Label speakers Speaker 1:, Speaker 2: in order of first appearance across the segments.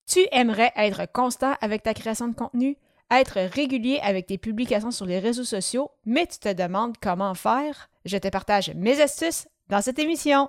Speaker 1: Tu aimerais être constant avec ta création de contenu, être régulier avec tes publications sur les réseaux sociaux, mais tu te demandes comment faire? Je te partage mes astuces dans cette émission.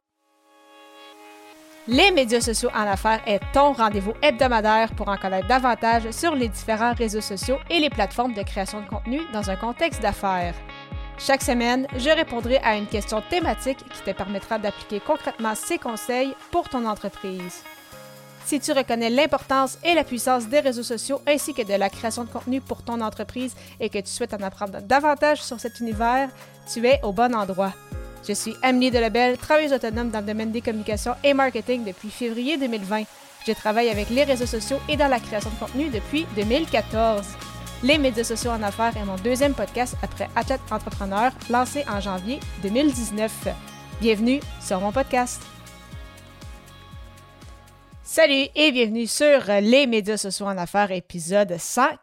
Speaker 1: Les médias sociaux en affaires est ton rendez-vous hebdomadaire pour en connaître davantage sur les différents réseaux sociaux et les plateformes de création de contenu dans un contexte d'affaires. Chaque semaine, je répondrai à une question thématique qui te permettra d'appliquer concrètement ces conseils pour ton entreprise. Si tu reconnais l'importance et la puissance des réseaux sociaux ainsi que de la création de contenu pour ton entreprise et que tu souhaites en apprendre davantage sur cet univers, tu es au bon endroit. Je suis Amélie Delebel, travailleuse autonome dans le domaine des communications et marketing depuis février 2020. Je travaille avec les réseaux sociaux et dans la création de contenu depuis 2014. Les médias sociaux en affaires est mon deuxième podcast après Athlète Entrepreneur, lancé en janvier 2019. Bienvenue sur mon podcast. Salut et bienvenue sur les médias sociaux en affaires, épisode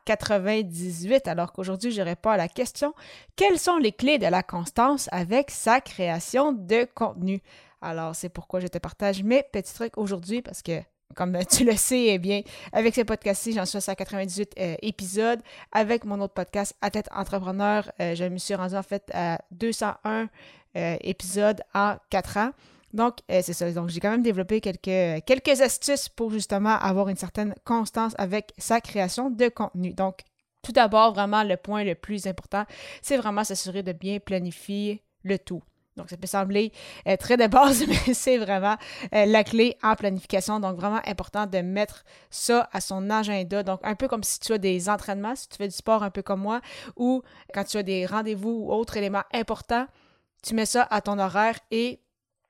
Speaker 1: 198. Alors qu'aujourd'hui, je réponds à la question « Quelles sont les clés de la constance avec sa création de contenu? » Alors, c'est pourquoi je te partage mes petits trucs aujourd'hui parce que, comme tu le sais, eh bien, avec ce podcast-ci, j'en suis à 198 épisodes. Avec mon autre podcast, Athlète Entrepreneur, je me suis rendu en fait à 201 épisodes en 4 ans. Donc, c'est ça. Donc, j'ai quand même développé quelques astuces pour justement avoir une certaine constance avec sa création de contenu. Donc, tout d'abord, vraiment, le point le plus important, c'est vraiment s'assurer de bien planifier le tout. Donc, ça peut sembler très de base, mais c'est vraiment la clé en planification. Donc, vraiment important de mettre ça à son agenda. Donc, un peu comme si tu as des entraînements, si tu fais du sport un peu comme moi, ou quand tu as des rendez-vous ou autres éléments importants, tu mets ça à ton horaire et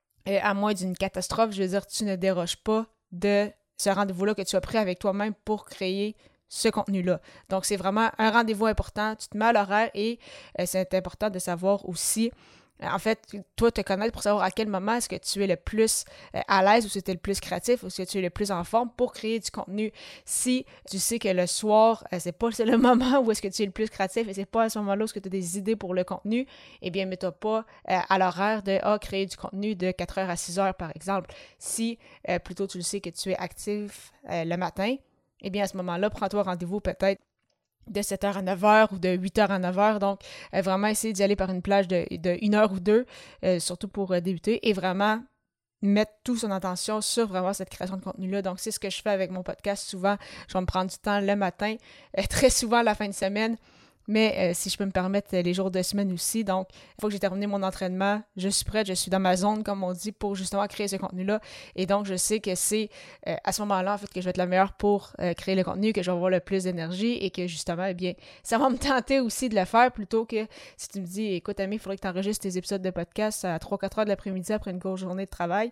Speaker 1: à moins d'une catastrophe, je veux dire, tu ne déroges pas de ce rendez-vous-là que tu as pris avec toi-même pour créer ce contenu-là. Donc, c'est vraiment un rendez-vous important. Tu te mets à l'horaire et c'est important de savoir aussi, en fait, toi, te connaître pour savoir à quel moment est-ce que tu es le plus à l'aise ou si tu es le plus créatif ou si tu es le plus en forme pour créer du contenu. Si tu sais que le soir, c'est pas le moment où est-ce que tu es le plus créatif et c'est pas à ce moment-là où tu as des idées pour le contenu, eh bien, mets-toi pas à l'horaire de créer du contenu de 4h à 6h, par exemple. Si plutôt tu le sais que tu es actif le matin, eh bien, à ce moment-là, prends-toi rendez-vous peut-être de 7h à 9h ou de 8h à 9h. Donc, vraiment essayer d'y aller par une plage de 1 heure ou 2, surtout pour débuter, et vraiment mettre tout son attention sur vraiment cette création de contenu-là. Donc, c'est ce que je fais avec mon podcast. Souvent, je vais me prendre du temps le matin, très souvent à la fin de semaine, mais si je peux me permettre, les jours de semaine aussi. Donc, une fois que j'ai terminé mon entraînement, je suis prête, je suis dans ma zone, comme on dit, pour justement créer ce contenu-là. Et donc, je sais que c'est à ce moment-là, en fait, que je vais être la meilleure pour créer le contenu, que je vais avoir le plus d'énergie et que justement, eh bien, ça va me tenter aussi de le faire plutôt que si tu me dis, écoute, Amy, il faudrait que tu enregistres tes épisodes de podcast à 3-4 heures de l'après-midi après une grosse journée de travail.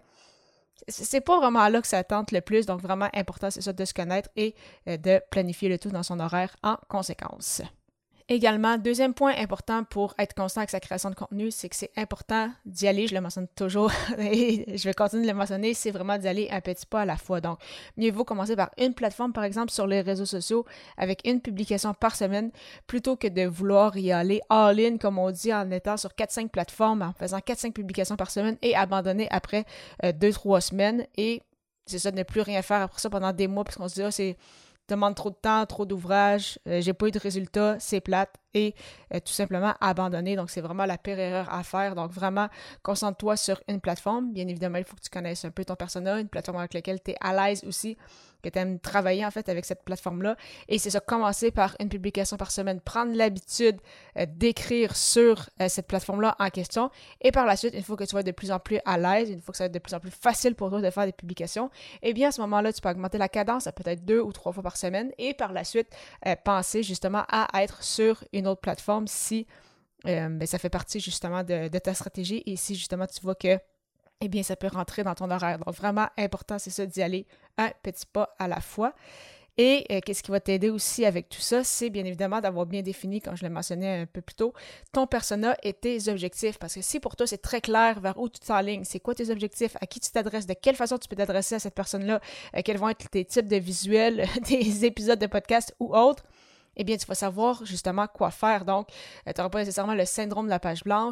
Speaker 1: C'est pas vraiment là que ça tente le plus. Donc, vraiment important, c'est ça, de se connaître et de planifier le tout dans son horaire en conséquence. Également, deuxième point important pour être constant avec sa création de contenu, c'est que c'est important d'y aller, je le mentionne toujours et je vais continuer de le mentionner, c'est vraiment d'y aller un petit pas à la fois. Donc, mieux vaut commencer par une plateforme, par exemple, sur les réseaux sociaux avec une publication par semaine, plutôt que de vouloir y aller all-in, comme on dit, en étant sur 4-5 plateformes, en faisant 4-5 publications par semaine et abandonner après 2-3 semaines. Et c'est ça, de ne plus rien faire après ça pendant des mois, parce qu'on se dit, c'est demande trop de temps, trop d'ouvrages, j'ai pas eu de résultats, c'est plate et tout simplement abandonner. Donc, c'est vraiment la pire erreur à faire. Donc, vraiment, concentre-toi sur une plateforme. Bien évidemment, il faut que tu connaisses un peu ton persona, une plateforme avec laquelle tu es à l'aise aussi, que tu aimes travailler en fait avec cette plateforme-là. Et c'est ça, commencer par une publication par semaine, prendre l'habitude d'écrire sur cette plateforme-là en question. Et par la suite, une fois que tu vas être de plus en plus à l'aise, une fois que ça va être de plus en plus facile pour toi de faire des publications, eh bien, à ce moment-là, tu peux augmenter la cadence à peut-être 2 ou 3 fois par semaine et par la suite, penser justement à être sur une autre plateforme si ça fait partie justement de ta stratégie et si justement tu vois que eh bien, ça peut rentrer dans ton horaire. Donc, vraiment important, c'est ça, d'y aller un petit pas à la fois. Et qu'est-ce qui va t'aider aussi avec tout ça, c'est bien évidemment d'avoir bien défini, comme je l'ai mentionné un peu plus tôt, ton persona et tes objectifs. Parce que si pour toi, c'est très clair vers où tu t'enlignes, c'est quoi tes objectifs, à qui tu t'adresses, de quelle façon tu peux t'adresser à cette personne-là, quels vont être tes types de visuels, des épisodes de podcast ou autres, eh bien, tu vas savoir justement quoi faire. Donc, tu n'auras pas nécessairement le syndrome de la page blanche.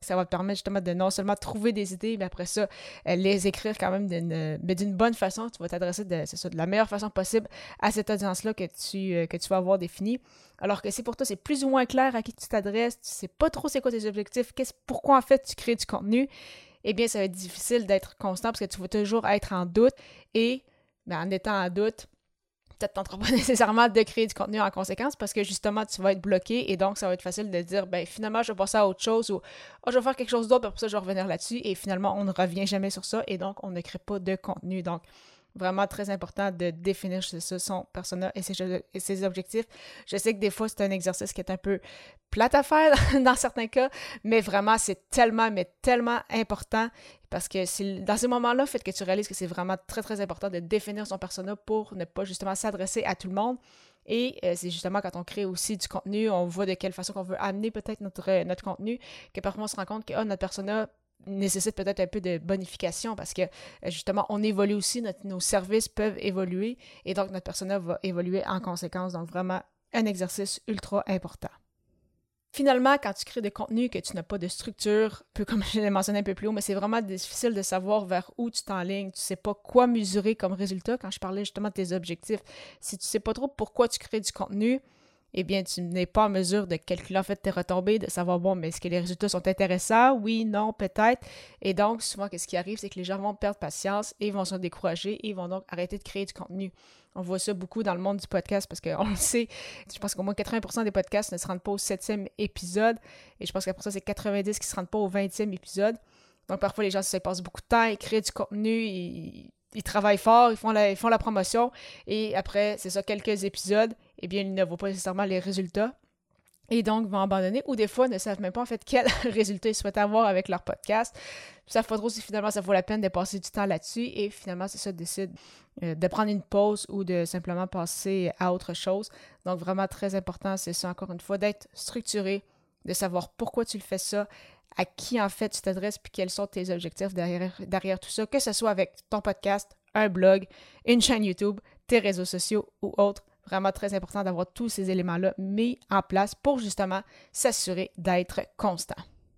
Speaker 1: Ça va te permettre justement de non seulement trouver des idées, mais après ça, les écrire quand même d'une bonne façon. Tu vas t'adresser de la meilleure façon possible à cette audience-là que tu vas avoir définie. Alors que si pour toi, c'est plus ou moins clair à qui tu t'adresses, tu sais pas trop c'est quoi tes objectifs, pourquoi en fait tu crées du contenu, eh bien, ça va être difficile d'être constant parce que tu vas toujours être en doute et en étant en doute, peut-être ne tenteras pas nécessairement de créer du contenu en conséquence parce que justement, tu vas être bloqué et donc ça va être facile de dire, finalement, je vais passer à autre chose ou je vais faire quelque chose d'autre, puis pour ça, je vais revenir là-dessus et finalement, on ne revient jamais sur ça et donc, on ne crée pas de contenu. Donc, vraiment très important de définir son persona et ses objectifs. Je sais que des fois, c'est un exercice qui est un peu plate à faire dans certains cas, mais vraiment, c'est tellement important parce que c'est dans ces moments-là, fait que tu réalises que c'est vraiment très, très important de définir son persona pour ne pas justement s'adresser à tout le monde. Et c'est justement quand on crée aussi du contenu, on voit de quelle façon qu'on veut amener peut-être notre contenu, que parfois on se rend compte que notre persona nécessite peut-être un peu de bonification parce que justement, on évolue aussi, nos services peuvent évoluer et donc notre persona va évoluer en conséquence. Donc vraiment, un exercice ultra important. Finalement, quand tu crées des contenus que tu n'as pas de structure, un peu comme je l'ai mentionné un peu plus haut, mais c'est vraiment difficile de savoir vers où tu t'enlignes. Tu ne sais pas quoi mesurer comme résultat. Quand je parlais justement de tes objectifs, si tu ne sais pas trop pourquoi tu crées du contenu, eh bien, tu n'es pas en mesure de calculer en fait tes retombées, de savoir, mais est-ce que les résultats sont intéressants? Oui, non, peut-être. Et donc, souvent, ce qui arrive, c'est que les gens vont perdre patience et vont se décourager et vont donc arrêter de créer du contenu. On voit ça beaucoup dans le monde du podcast parce qu'on le sait, je pense qu'au moins 80% des podcasts ne se rendent pas au 7e épisode et je pense qu'après ça, c'est 90% qui ne se rendent pas au 20e épisode. Donc, parfois, les gens se passent beaucoup de temps, ils créent du contenu, ils travaillent fort, ils font la promotion et après, c'est ça, quelques épisodes, eh bien, ils ne voient pas nécessairement les résultats et donc vont abandonner ou des fois ne savent même pas en fait quel résultat ils souhaitent avoir avec leur podcast. Ils savent pas trop si finalement ça vaut la peine de passer du temps là-dessus et finalement, c'est ça, décident de prendre une pause ou de simplement passer à autre chose. Donc, vraiment très important, c'est ça, encore une fois, d'être structuré, de savoir pourquoi tu le fais ça, à qui en fait tu t'adresses, puis quels sont tes objectifs derrière tout ça, que ce soit avec ton podcast, un blog, une chaîne YouTube, tes réseaux sociaux ou autres. Vraiment très important d'avoir tous ces éléments-là mis en place pour justement s'assurer d'être constant.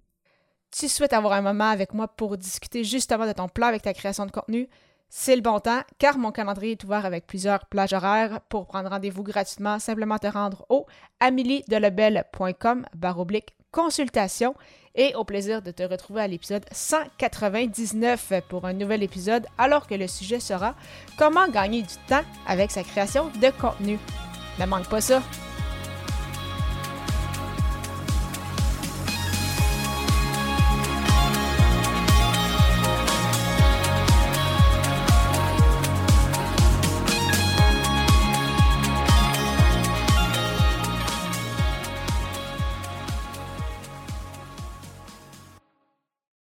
Speaker 1: Tu souhaites avoir un moment avec moi pour discuter justement de ton plan avec ta création de contenu, c'est le bon temps car mon calendrier est ouvert avec plusieurs plages horaires. Pour prendre rendez-vous gratuitement, simplement te rendre au amiliedelebel.com/consultation et au plaisir de te retrouver à l'épisode 199 pour un nouvel épisode alors que le sujet sera « Comment gagner du temps avec sa création de contenu ». Ne manque pas ça!